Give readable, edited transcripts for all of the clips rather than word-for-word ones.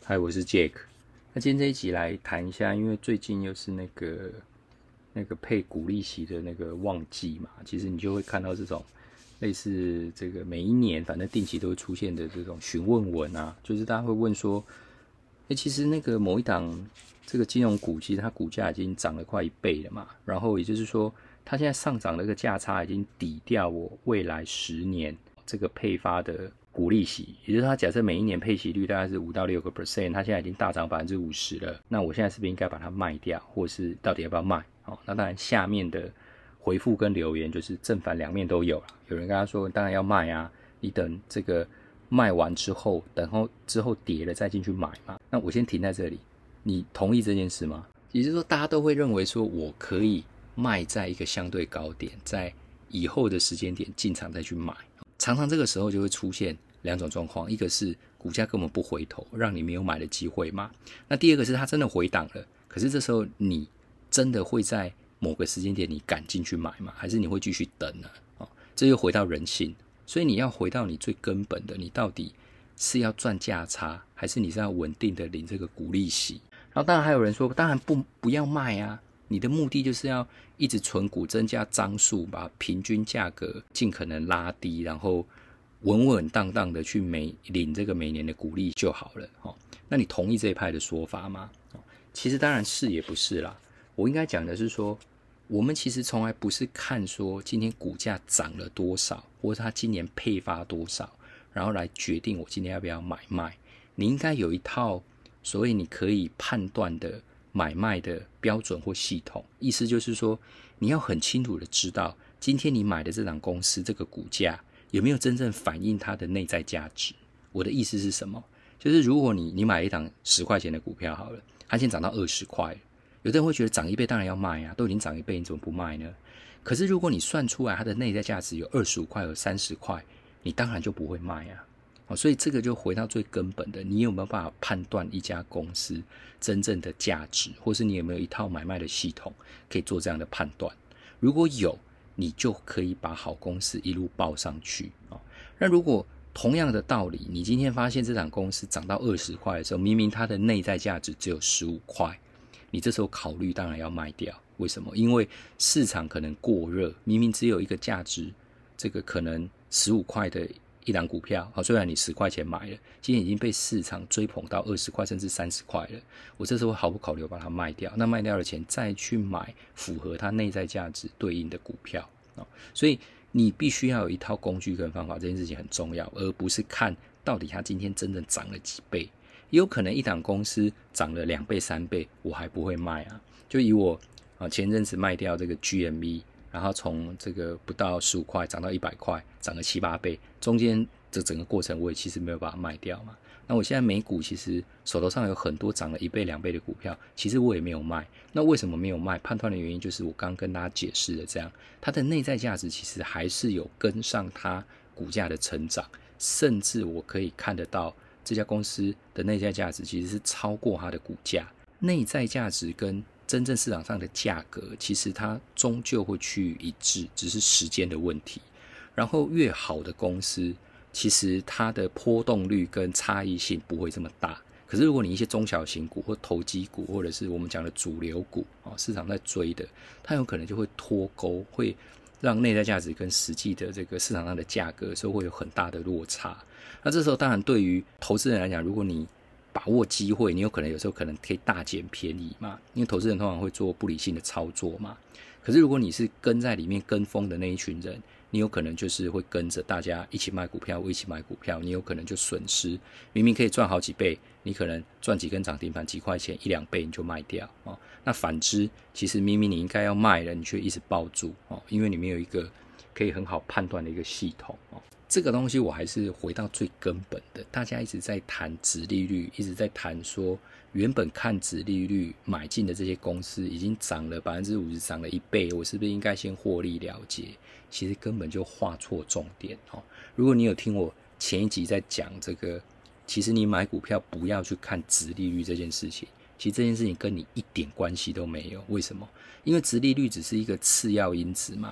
嗨，我是 Jack。那今天这一集来谈一下，因为最近又是那个配股利息的那个旺季嘛，其实你就会看到这种类似这个每一年反正定期都会出现的这种询问文啊，就是大家会问说，其实那个某一档这个金融股，其实它股价已经涨了快1倍了嘛，然后也就是说，它现在上涨的这个价差已经抵掉我未来10年这个配发的股利息，也就是它假设每一年配息率大概是5到6%，它现在已经大涨50%了，那我现在是不是应该把它卖掉，或是到底要不要卖？那当然下面的回复跟留言就是正反两面都有了。有人跟他说当然要卖啊，你等这个卖完之后，之后跌了再进去买嘛。那我先停在这里，你同意这件事吗？也就是说大家都会认为说我可以卖在一个相对高点，在以后的时间点进场再去买。常常这个时候就会出现两种状况，一个是股价根本不回头，让你没有买的机会嘛。那第二个是它真的回档了，可是这时候你真的会在某个时间点你敢进去买吗？还是你会继续等呢？这又回到人性，所以你要回到你最根本的，你到底是要赚价差，还是你是要稳定的领这个股利息？然后当然还有人说，当然不要卖啊，你的目的就是要一直存股，增加张数，把平均价格尽可能拉低，然后稳稳当当的去领这个每年的股利就好了。那你同意这一派的说法吗？其实当然是也不是啦，我应该讲的是说，我们其实从来不是看说今天股价涨了多少，或者它今年配发多少，然后来决定我今天要不要买卖。你应该有一套所谓你可以判断的买卖的标准或系统，意思就是说，你要很清楚的知道，今天你买的这档公司这个股价有没有真正反映它的内在价值。我的意思是什么？就是如果你买一档10块钱的股票好了，它现在涨到20块了，有的人会觉得涨1倍当然要卖啊，都已经涨1倍你怎么不卖呢？可是如果你算出来它的内在价值有25块有30块，你当然就不会卖啊。所以这个就回到最根本的，你有没有办法判断一家公司真正的价值，或是你有没有一套买卖的系统可以做这样的判断？如果有，你就可以把好公司一路抱上去。那如果同样的道理，你今天发现这档公司涨到20块的时候，明明它的内在价值只有15块，你这时候考虑当然要卖掉。为什么？因为市场可能过热，明明只有一个价值这个可能15块的一档股票，虽然你10块钱买了，今天已经被市场追捧到20块甚至30块了，我这时候毫不考虑把它卖掉，那卖掉的钱再去买符合它内在价值对应的股票。所以你必须要有一套工具跟方法，这件事情很重要，而不是看到底它今天真正涨了几倍。也有可能一档公司涨了2倍3倍，我还不会卖啊。就以我前阵子卖掉这个 GME， 然后从这个不到15块涨到100块，涨了7、8倍，中间这整个过程我也其实没有把它卖掉嘛。那我现在美股其实手头上有很多涨了1倍2倍的股票，其实我也没有卖。那为什么没有卖？判断的原因就是我刚刚跟大家解释的这样，它的内在价值其实还是有跟上它股价的成长，甚至我可以看得到这家公司的内在价值其实是超过它的股价。内在价值跟真正市场上的价格，其实它终究会趋于一致，只是时间的问题。然后越好的公司，其实它的波动率跟差异性不会这么大。可是如果你一些中小型股或投机股，或者是我们讲的主流股，市场在追的，它有可能就会脱钩，会让内在价值跟实际的这个市场上的价格所以会有很大的落差。那这时候当然对于投资人来讲，如果你把握机会，你有可能有时候可能可以大捡便宜嘛，因为投资人通常会做不理性的操作嘛。可是如果你是跟在里面跟风的那一群人，你有可能就是会跟着大家一起卖股票，一起买股票，你有可能就损失，明明可以赚好几倍，你可能赚几根涨停板几块钱1、2倍你就卖掉。那反之，其实明明你应该要卖了，你却一直抱住，因为你没有一个可以很好判断的一个系统。这个东西我还是回到最根本的，大家一直在谈殖利率，一直在谈说原本看殖利率买进的这些公司已经涨了50%，涨了1倍，我是不是应该先获利了结？其实根本就画错重点。如果你有听我前一集在讲这个，其实你买股票不要去看殖利率这件事情，其实这件事情跟你一点关系都没有。为什么？因为殖利率只是一个次要因子嘛。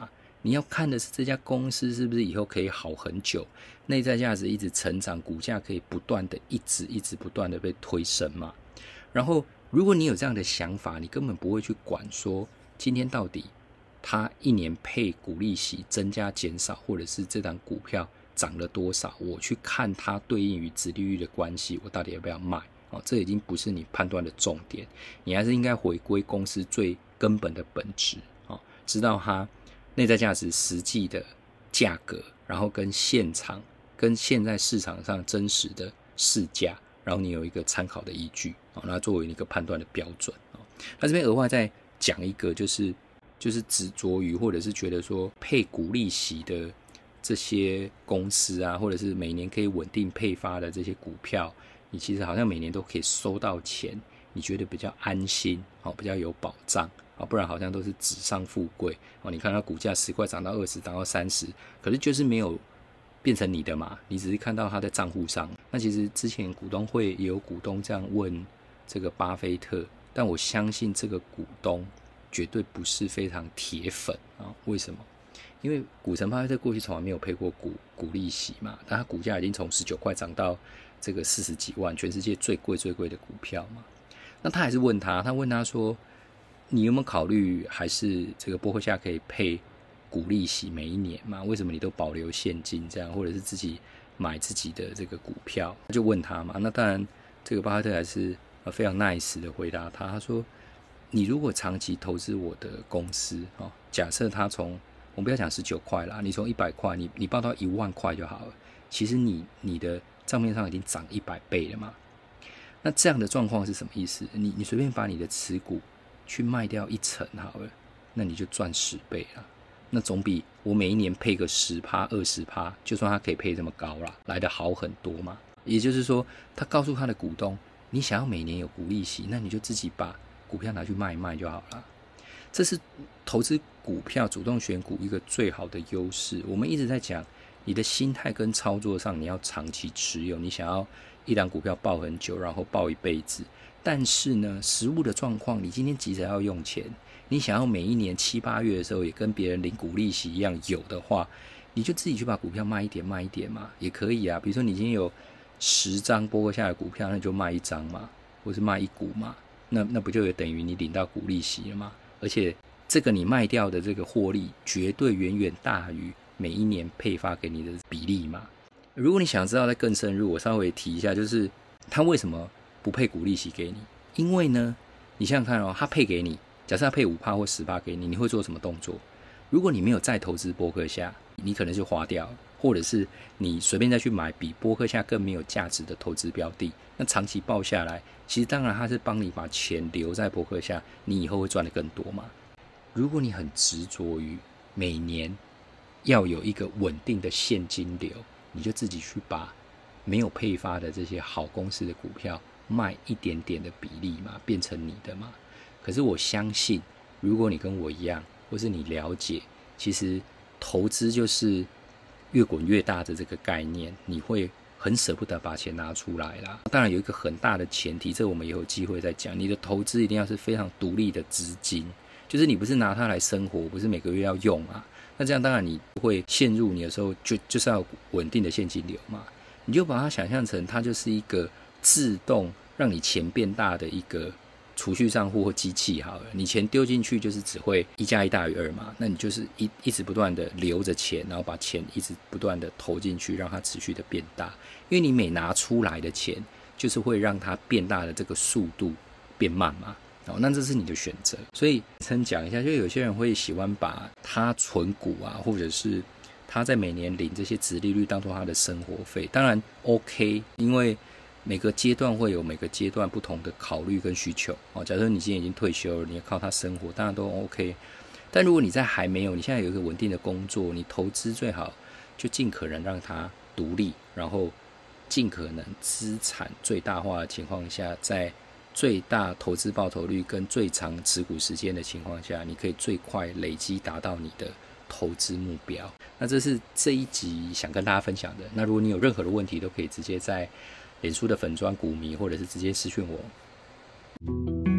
你要看的是这家公司是不是以后可以好很久，内在价值一直成长，股价可以不断的一直不断的被推升嘛。然后如果你有这样的想法，你根本不会去管说今天到底它一年配股利息增加减少，或者是这档股票涨了多少，我去看它对应于殖利率的关系，我到底要不要卖。这已经不是你判断的重点，你还是应该回归公司最根本的本质，知道它内在价值实际的价格，然后跟现在市场上真实的市价，然后你有一个参考的依据，那作为一个判断的标准。那这边额外再讲一个，就是执着于或者是觉得说配股利息的这些公司啊，或者是每年可以稳定配发的这些股票，你其实好像每年都可以收到钱，你觉得比较安心，比较有保障，不然好像都是纸上富贵。你看它股价10块涨到20，涨到30，可是就是没有变成你的嘛，你只是看到它在账户上。那其实之前股东会也有股东这样问这个巴菲特，但我相信这个股东绝对不是非常铁粉啊。为什么？因为股神巴菲特过去从来没有配过股利息嘛，但他股价已经从19块涨到这个40几万，全世界最贵的股票嘛。那他还是问他说，你有没有考虑还是这个波克夏可以配股利息每一年嘛？为什么你都保留现金这样，或者是自己买自己的这个股票？就问他嘛。那当然这个巴菲特还是非常 nice 的回答他，他说你如果长期投资我的公司，假设他从我们不要讲19块啦，你从100块你报到1万块就好了，其实你的账面上已经涨100倍了嘛。那这样的状况是什么意思？你随便把你的持股去卖掉1成好了，那你就赚10倍了。那总比我每一年配个10%、20%，就算他可以配这么高啦，来得好很多嘛。也就是说，他告诉他的股东，你想要每年有股利息，那你就自己把股票拿去卖一卖就好了。这是投资股票主动选股一个最好的优势。我们一直在讲，你的心态跟操作上你要长期持有，你想要一档股票抱很久，然后抱一辈子。但是呢，实务的状况，你今天急着要用钱，你想要每一年7、8月的时候也跟别人领股利息一样有的话，你就自己去把股票卖一点嘛，也可以啊。比如说你今天有10张波克夏的股票，那你就卖1张嘛，或是卖1股嘛，那不就也等于你领到股利息了吗？而且这个你卖掉的这个获利绝对远远大于每一年配发给你的比例嘛。如果你想知道再更深入，我稍微提一下，就是他为什么不配股利息给你？因为呢，你想想看他配给你，假设他配5%或10%给你，你会做什么动作？如果你没有再投资波克夏，你可能就花掉了，或者是你随便再去买比波克夏更没有价值的投资标的，那长期抱下来，其实当然他是帮你把钱留在波克夏，你以后会赚得更多嘛。如果你很执着于每年要有一个稳定的现金流，你就自己去把没有配发的这些好公司的股票卖一点点的比例嘛，变成你的嘛。可是我相信，如果你跟我一样，或是你了解，其实投资就是越滚越大的这个概念，你会很舍不得把钱拿出来啦。当然有一个很大的前提，这我们也有机会再讲，你的投资一定要是非常独立的资金，就是你不是拿它来生活，不是每个月要用啊。那这样当然你会陷入你的时候就是要稳定的现金流嘛，你就把它想象成它就是一个自动让你钱变大的一个储蓄账户或机器好了，你钱丢进去就是只会1加1大于2嘛，那你就是一直不断的留着钱，然后把钱一直不断的投进去，让它持续的变大，因为你每拿出来的钱就是会让它变大的这个速度变慢嘛。那这是你的选择。所以先讲一下，就有些人会喜欢把他存股啊，或者是他在每年领这些殖利率当作他的生活费，当然 OK， 因为每个阶段会有每个阶段不同的考虑跟需求。假设你今天已经退休了，你要靠它生活，当然都 OK。但如果你在还没有，你现在有一个稳定的工作，你投资最好就尽可能让它独立，然后尽可能资产最大化的情况下，在最大投资报酬率跟最长持股时间的情况下，你可以最快累积达到你的投资目标。那这是这一集想跟大家分享的。那如果你有任何的问题，都可以直接在脸书的粉专股迷，或者是直接私讯我。